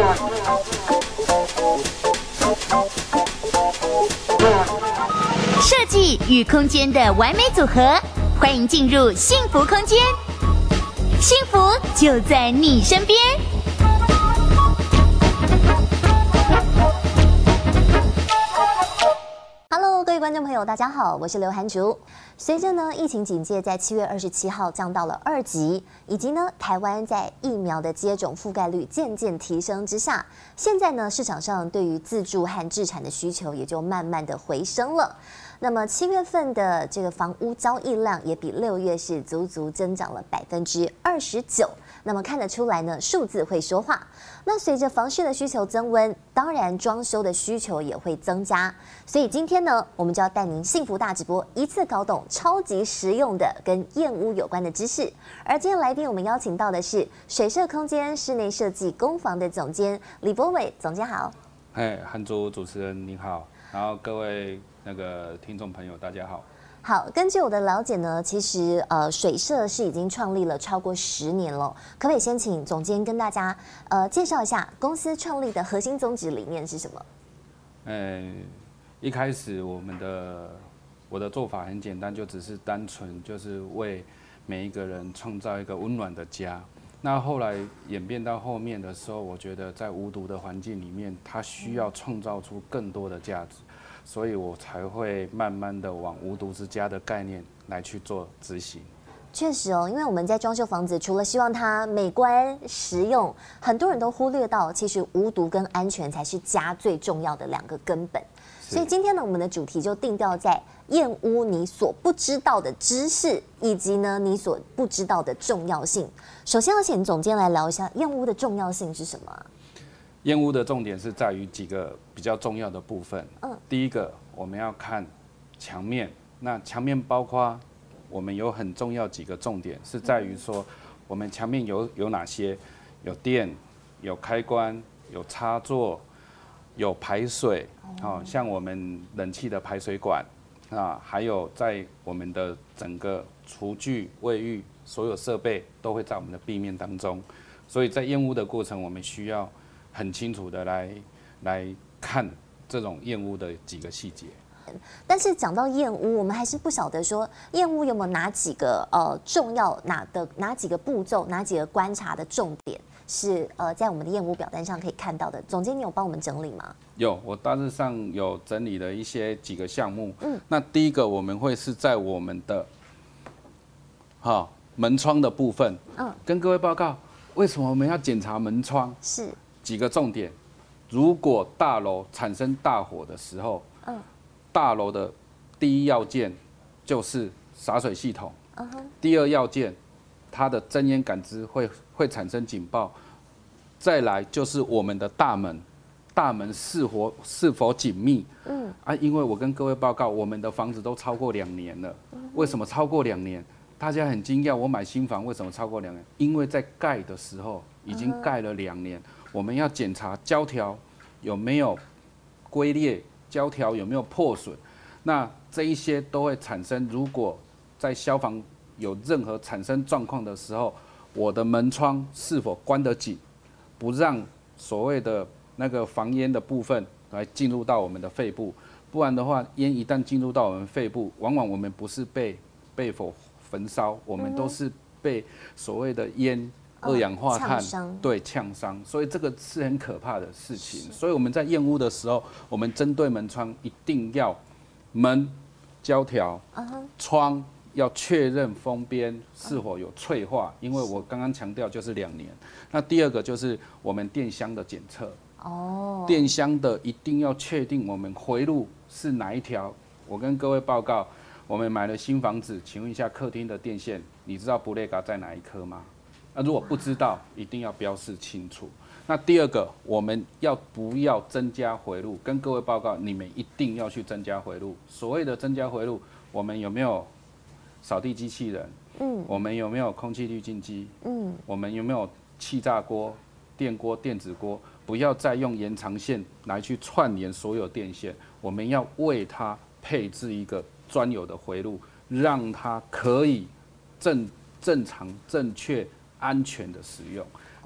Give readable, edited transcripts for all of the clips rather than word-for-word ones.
设计与空间的完美组合，欢迎进入幸福空间，幸福就在你身边。 Hello， 各位观众朋友，大家好，我是刘涵竹。随着呢疫情警戒在7月27号降到了2级，以及呢台湾在疫苗的接种覆盖率渐渐提升之下，现在呢市场上对于自住和置产的需求也就慢慢的回升了。那么7月份的这个房屋交易量也比6月是足足增长了29%。那么看得出来呢，数字会说话。那随着房市的需求增温，当然装修的需求也会增加。所以今天呢，我们就要带您幸福大直播，一次搞懂超级实用的跟验屋有关的知识。而今天来宾我们邀请到的是水社空间室内设计工坊的总监李博伟总监好。 涵竹主持人您好，然后各位听众朋友大家好。 好，根据我的了解呢，其实水社是已经创立了超过10年了，可不可以先请总监跟大家介绍一下公司创立的核心宗旨理念是什么？ 一开始我的做法很简单，就只是单纯就是为每一个人创造一个温暖的家。那后来演变到后面的时候，我觉得在无毒的环境里面，它需要创造出更多的价值。所以我才会慢慢的往无毒之家的概念来去做执行。 确实哦，因为我们在装修房子，除了希望它美观实用，很多人都忽略到，其实无毒跟安全才是家最重要的2个根本。所以今天呢，我们的主题就定调在验屋你所不知道的知识，以及呢你所不知道的重要性。首先要请总监来聊一下验屋的重要性是什么啊？ 验屋的重点是在于几个比较重要的部分。第一个我们要看墙面，那墙面包括我们有很重要几个重点，是在于说我们墙面有哪些，有电、有开关、有插座、有排水，像我们冷气的排水管啊，还有在我们的整个厨具、卫浴所有设备都会在我们的壁面当中，所以在验屋的过程，我们需要很清楚的来看这种验屋的几个细节。 但是讲到验屋，我们还是不晓得说验屋有没有哪几个重要哪几个步骤，哪几个观察的重点是在我们的验屋表单上可以看到的。总监，你有帮我们整理吗？ 有，我大致上有整理了几个项目。那第一个我们会是在我们的门窗的部分，跟各位报告为什么我们要检查门窗？是几个重点。如果大楼产生大火的时候，大楼的第一要件就是洒水系统，第二要件它的侦烟感知会产生警报，再来就是我们的大门是否紧密？因为我跟各位报告，我们的房子都超过2年了。为什么超过2年？大家很惊讶，我买新房为什么超过2年？因为在盖的时候已经盖了2年，我们要检查胶条有没有龟裂，胶条有没有破损。那这一些都会产生，如果在消防有任何产生状况的时候，我的门窗是否关得紧，不让所谓的那个防烟的部分来进入到我们的肺部，不然的话，烟一旦进入到我们肺部，往往我们不是被焚烧，我们都是被所谓的烟、二氧化碳呛伤，所以这个是很可怕的事情。所以我们在验屋的时候，我们针对门窗一定要门胶条，窗要确认封边是否有脆化，因为我刚刚强调就是2年。那第二个就是我们电箱的检测，电箱的一定要确定我们回路是哪一条。我跟各位报告，我们买了新房子，请问一下客厅的电线，你知道布雷嘎在哪一颗吗？那如果不知道，一定要标示清楚。那第二个，我们要不要增加回路？跟各位报告，你们一定要去增加回路。所谓的增加回路，我们有没有扫地机器人？我们有没有空气滤净机？我们有没有气炸锅、电锅、电子锅？不要再用延长线来去串联所有电线，我们要为它配置一个专有的回路，让它可以正常、正确、安全的使用。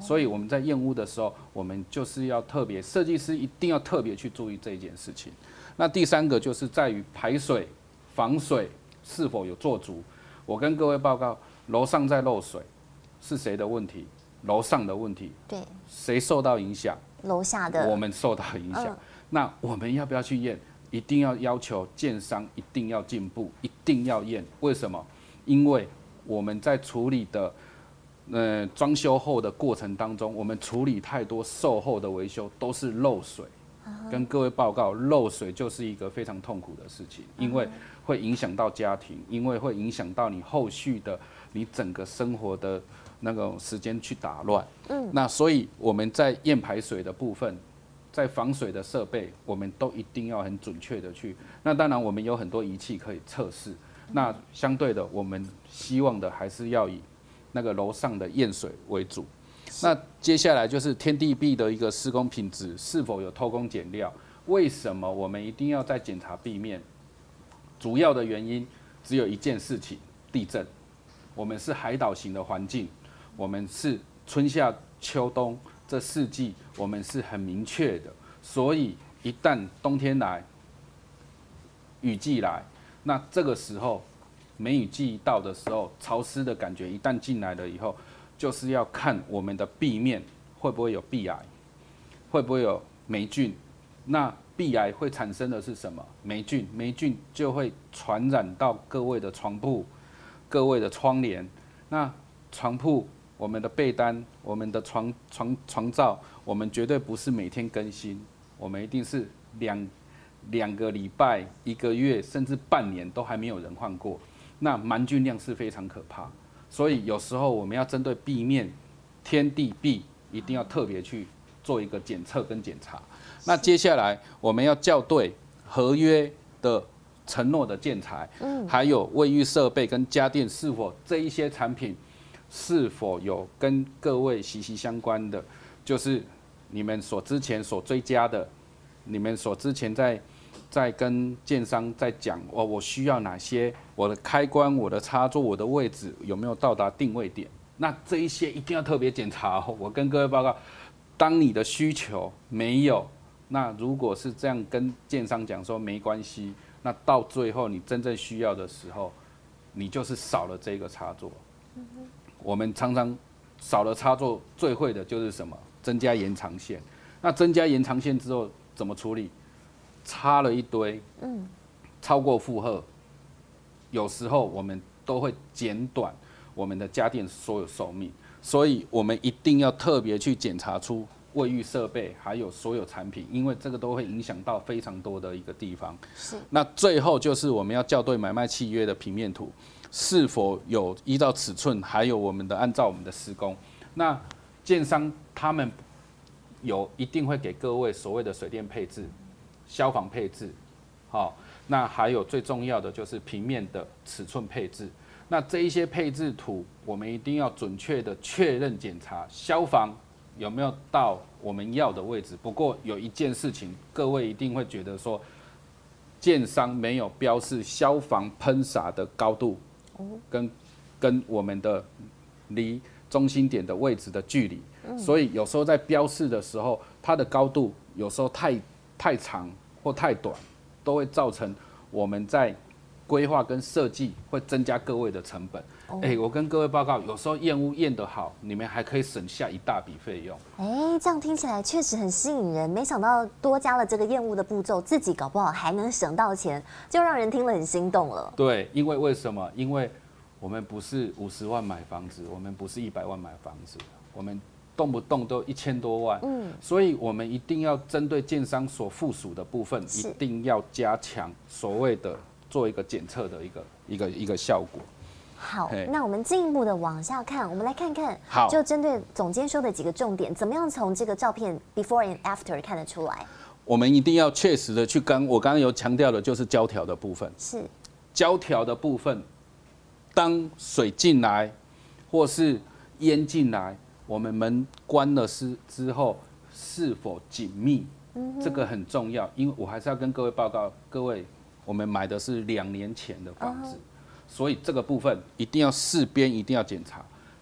所以我们在验屋的时候，我们就是要特别，设计师一定要特别去注意这一件事情。那第3个就是在于排水、防水是否有做足。我跟各位报告，楼上在漏水，是谁的问题？楼上的问题。 对。谁受到影响？ 楼下的。 我们受到影响。那我们要不要去验？一定要要求建商一定要进步，一定要验。为什么？因为我们在处理的装修后的过程当中，我们处理太多售后的维修都是漏水。跟各位报告，漏水就是一个非常痛苦的事情，因为会影响到家庭，因为会影响到你后续的你整个生活的那个时间去打乱。那所以我们在验排水的部分，在防水的设备，我们都一定要很准确的去。那当然，我们有很多仪器可以测试。那相对的，我们希望的还是要以那个楼上的验水为主。那接下来就是天地壁的一个施工品质是否有偷工减料？为什么我们一定要再检查壁面？主要的原因只有一件事情：地震。我们是海岛型的环境，我们是春夏秋冬这4季，我们是很明确的。所以一旦冬天来，雨季来，那这个时候梅雨季到的时候，潮湿的感觉一旦进来了以后，就是要看我们的壁面会不会有壁癌，会不会有霉菌。那壁癌会产生的是什么？霉菌，霉菌就会传染到各位的床铺、各位的窗帘。那床铺、我们的被单、我们的床罩，我们绝对不是每天更新，我们一定是两个礼拜、1个月，甚至半年都还没有人换过。那霉菌量是非常可怕。所以有时候我们要针对壁面、天地壁，一定要特别去做一个检测跟检查。那接下来我们要校对合约的承诺的建材，还有卫浴设备跟家电是否这一些产品是否有跟各位息息相关的，就是你们之前所追加的，你们之前在跟建商在讲我需要哪些，我的开关、我的插座、我的位置有没有到达定位点？那这一些一定要特别检查哦。我跟各位报告，当你的需求没有，那如果是这样跟建商讲说没关系，那到最后你真正需要的时候，你就是少了这个插座。我们常常少了插座，最会的就是什么？增加延长线。那增加延长线之后怎么处理？插了一堆，超过负荷，有时候我们都会减短我们的家电所有寿命，所以我们一定要特别去检查出卫浴设备还有所有产品，因为这个都会影响到非常多的一个地方。是。那最后就是我们要校对买卖契约的平面图是否有依照尺寸，还有我们的按照我们的施工。那建商他们一定会给各位所谓的水电配置、消防配置，那还有最重要的就是平面的尺寸配置。那这一些配置图，我们一定要准确的确认检查消防有没有到我们要的位置。不过有一件事情，各位一定会觉得说，建商没有标示消防喷洒的高度，跟我们的离中心点的位置的距离，所以有时候在标示的时候，它的高度有时候太长或太短，都会造成我们在规划跟设计会增加各位的成本。我跟各位报告，有时候验屋验得好，你们还可以省下一大笔费用。 这样听起来确实很吸引人。没想到多加了这个验屋的步骤，自己搞不好还能省到钱，就让人听了很心动了。 对，因为为什么？因为我们不是50万买房子，我们不是100万买房子，我们动不动都1000多万。所以我们一定要针对建商所附属的部分，一定要加强所谓的做一个检测的一个效果。 好，那我们进一步的往下看，我们来看看，就针对总监说的几个重点，怎么样从这个照片 before and after 看得出来？ 我们一定要确实的去我刚刚有强调的，就是胶条的部分。是胶条的部分，当水进来或是烟进来，我们门关了之后是否紧密，这个很重要。因为我还是要跟各位报告，各位我们买的是2年前的房子。所以这个部分一定要4边一定要检查，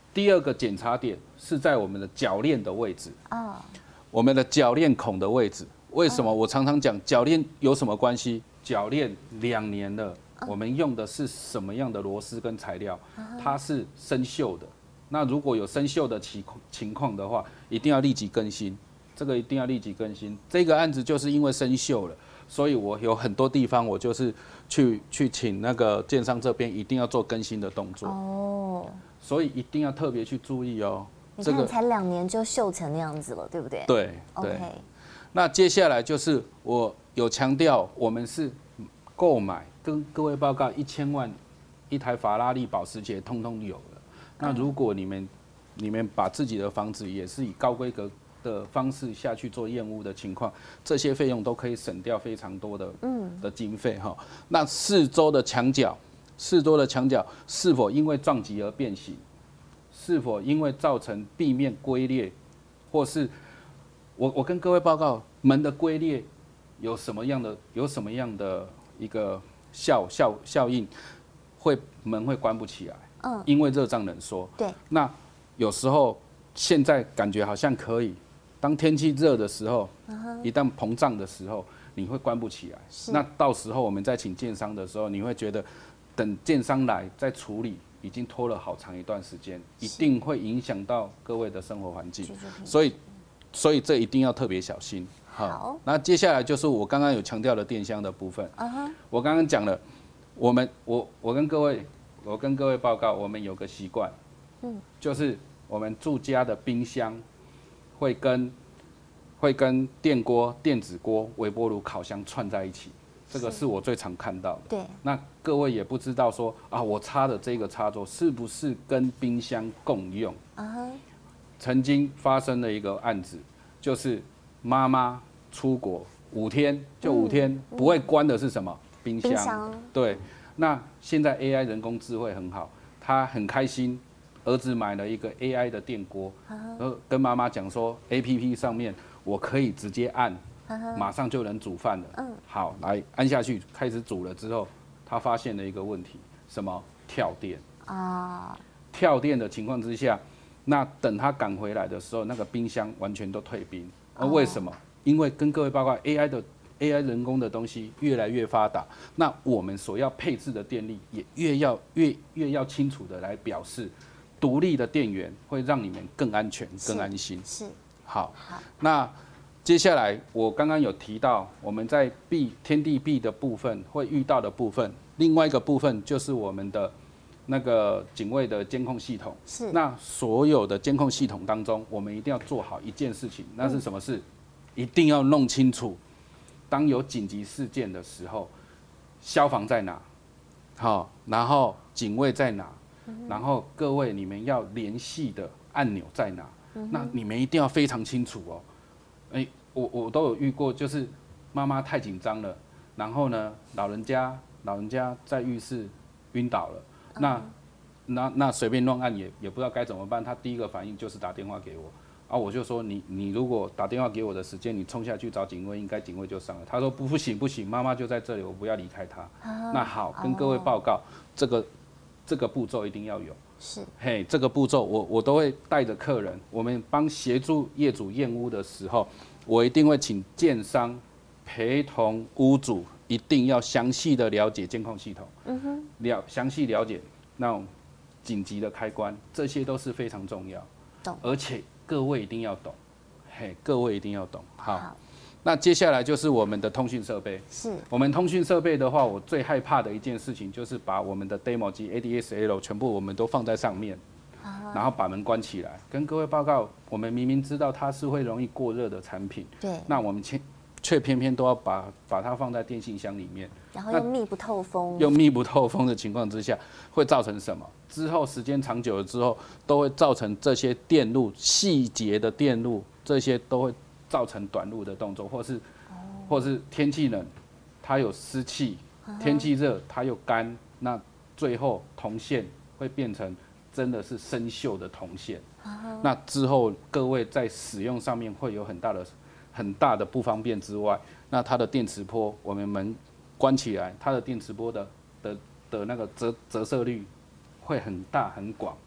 第二个检查点是在我们的铰链的位置我们的铰链孔的位置。为什么我常常讲铰链有什么关系？铰链2年了，我们用的是什么样的螺丝跟材料？它是生锈的。那如果有生锈的情况的话，一定要立即更新。这个一定要立即更新。这个案子就是因为生锈了，所以我有很多地方我就是去请那个建商这边一定要做更新的动作。所以一定要特别去注意哦。 你看，才2年就锈成那样子了，对不对？ 对。OK。那接下来就是我有强调，我们是购买，跟各位报告1000万一台法拉利、保时捷，通通有了。那如果你们把自己的房子也是以高规格的方式下去做验屋的情况，这些费用都可以省掉非常多的经费哈。那四周的墙角是否因为撞击而变形？是否因为造成壁面龟裂，或是我跟各位报告，门的龟裂有什么样的一个效应，门会关不起来，因为热胀冷缩。 对。 那有时候现在感觉好像可以，当天气热的时候，一旦膨胀的时候，你会关不起来。那到时候我们再请建商的时候，你会觉得等建商来再处理，已经拖了好长一段时间，一定会影响到各位的生活环境。所以这一定要特别小心。好，那接下来就是我刚刚有强调的电箱的部分。我刚刚讲了，我跟各位报告，我们有个习惯，就是我们住家的冰箱会跟电锅、电子锅、微波炉、烤箱串在一起，这个是我最常看到的。 对。 那各位也不知道说我插的这个插座是不是跟冰箱共用？曾经发生了一个案子，就是妈妈出国5天，就5天，不会关的是什么？冰箱。对。那现在 AI 人工智慧很好，他很开心，儿子买了一个 AI 的电锅，跟妈妈讲说 APP 上面我可以直接按，马上就能煮饭了。好，来按下去，开始煮了之后，他发现了一个问题，什么？跳电。跳电的情况之下。那等他赶回来的时候，那个冰箱完全都退冰。为什么？因为跟各位报告 ，AI 人工的东西越来越发达，那我们所要配置的电力也越要清楚的来表示，独立的电源会让你们更安全、更安心。 是。 好。那接下来我刚刚有提到，我们在天地壁的部分会遇到的部分，另外一个部分就是我们的。那个警卫的监控系统是， 那所有的监控系统当中，我们一定要做好一件事情，那是什么事？一定要弄清楚，当有紧急事件的时候，消防在哪？然后警卫在哪？然后各位你们要联系的按钮在哪？那你们一定要非常清楚哦。我都有遇过，就是妈妈太紧张了，然后呢，老人家在浴室晕倒了。那随便乱按也不知道该怎么办，他第一个反应就是打电话给我，我就说你如果打电话给我的时间，你冲下去找警卫，应该警卫就上了。他说不行，妈妈就在这里，我不要离开她。那好，跟各位报告，这个步骤一定要有。 是。 这个步骤我都会带着客人，我们帮协助业主验屋的时候，我一定会请建商陪同屋主。一定要详细的了解监控系统，详细了解那种紧急的开关，这些都是非常重要。而且各位一定要懂，各位一定要懂。好，那接下来就是我们的通讯设备。 是。 我们通讯设备的话，我最害怕的一件事情就是把我们的 demo 机 ADSL 全部我们都放在上面，然后把门关起来。跟各位报告，我们明明知道它是会容易过热的产品， 对， 那我们却偏偏都要把它放在电信箱里面， 然后又密不透风。 又密不透风的情况之下，会造成什么？之后时间长久了之后，都会造成这些电路细节的电路，这些都会造成短路的动作，或是天气冷，它有湿气；天气热，它又干，那最后铜线会变成真的是生锈的铜线。那之后各位在使用上面会有很大的不方便之外，那它的电磁波，我们门关起来，它的电磁波的那个折射率会很大很广，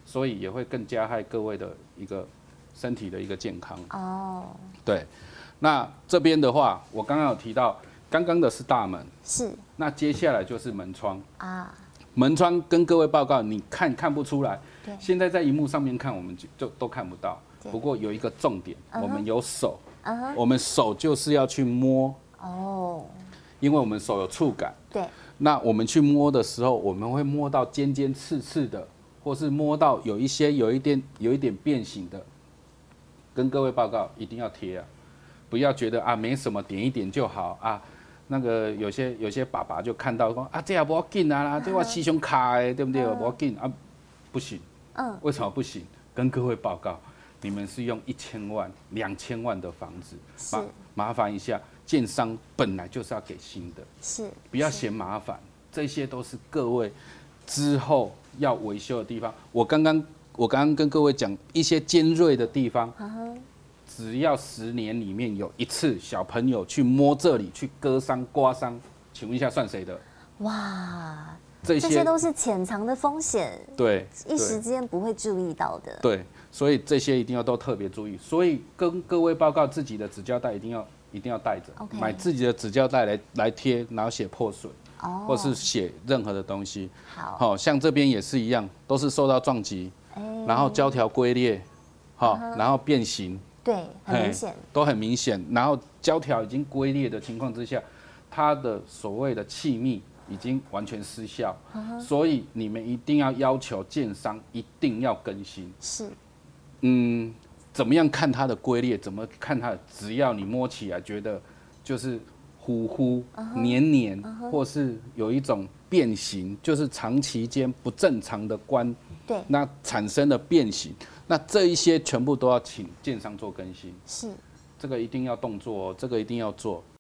所以也会更加害各位的一个身体的一个健康。 哦， 对，那这边的话，我刚刚有提到，刚刚的是大门， 是， 那接下来就是门窗啊。 门窗跟各位报告，你看不出来，现在在荧幕上面看，我们就都看不到。不过有一个重点，我们有手，我们手就是要去摸哦，因为我们手有触感。 对， 那我们去摸的时候，我们会摸到尖尖刺刺的，或是摸到有一点变形的。跟各位报告，一定要贴啊，不要觉得啊没什么，点一点就好啊。那个有些爸爸就看到说啊，这也不要紧啊，这我师兄卡的，对不对？不要紧啊，不行。为什么不行？跟各位报告，你们是用1000万、2000万的房子，麻烦一下，建商本来就是要给新的，是，不要嫌麻烦，这些都是各位之后要维修的地方。我刚刚跟各位讲一些尖锐的地方。只要10年里面有1次小朋友去摸这里去割伤刮伤，请问一下算谁的？哇，这些都是潜藏的风险， 对， 一时之间不会注意到的。 对，所以这些一定要都特别注意。所以跟各位报告，自己的纸胶带一定要带着，买自己的纸胶带来贴，然后写破损，或是写任何的东西。好，像这边也是一样，都是受到撞击，然后胶条龟裂，然后变形。 对，很明显， 都很明显。然后胶条已经龟裂的情况之下，它的所谓的气密已经完全失效，所以你们一定要要求建商一定要更新。是，怎么样看它的龟裂？怎么看它的？只要你摸起来觉得就是糊糊、黏黏，或是有一种变形，就是长期间不正常的关，对，那产生的变形。那这一些全部都要请建商做更新，是，这个一定要动作哦，这个一定要做。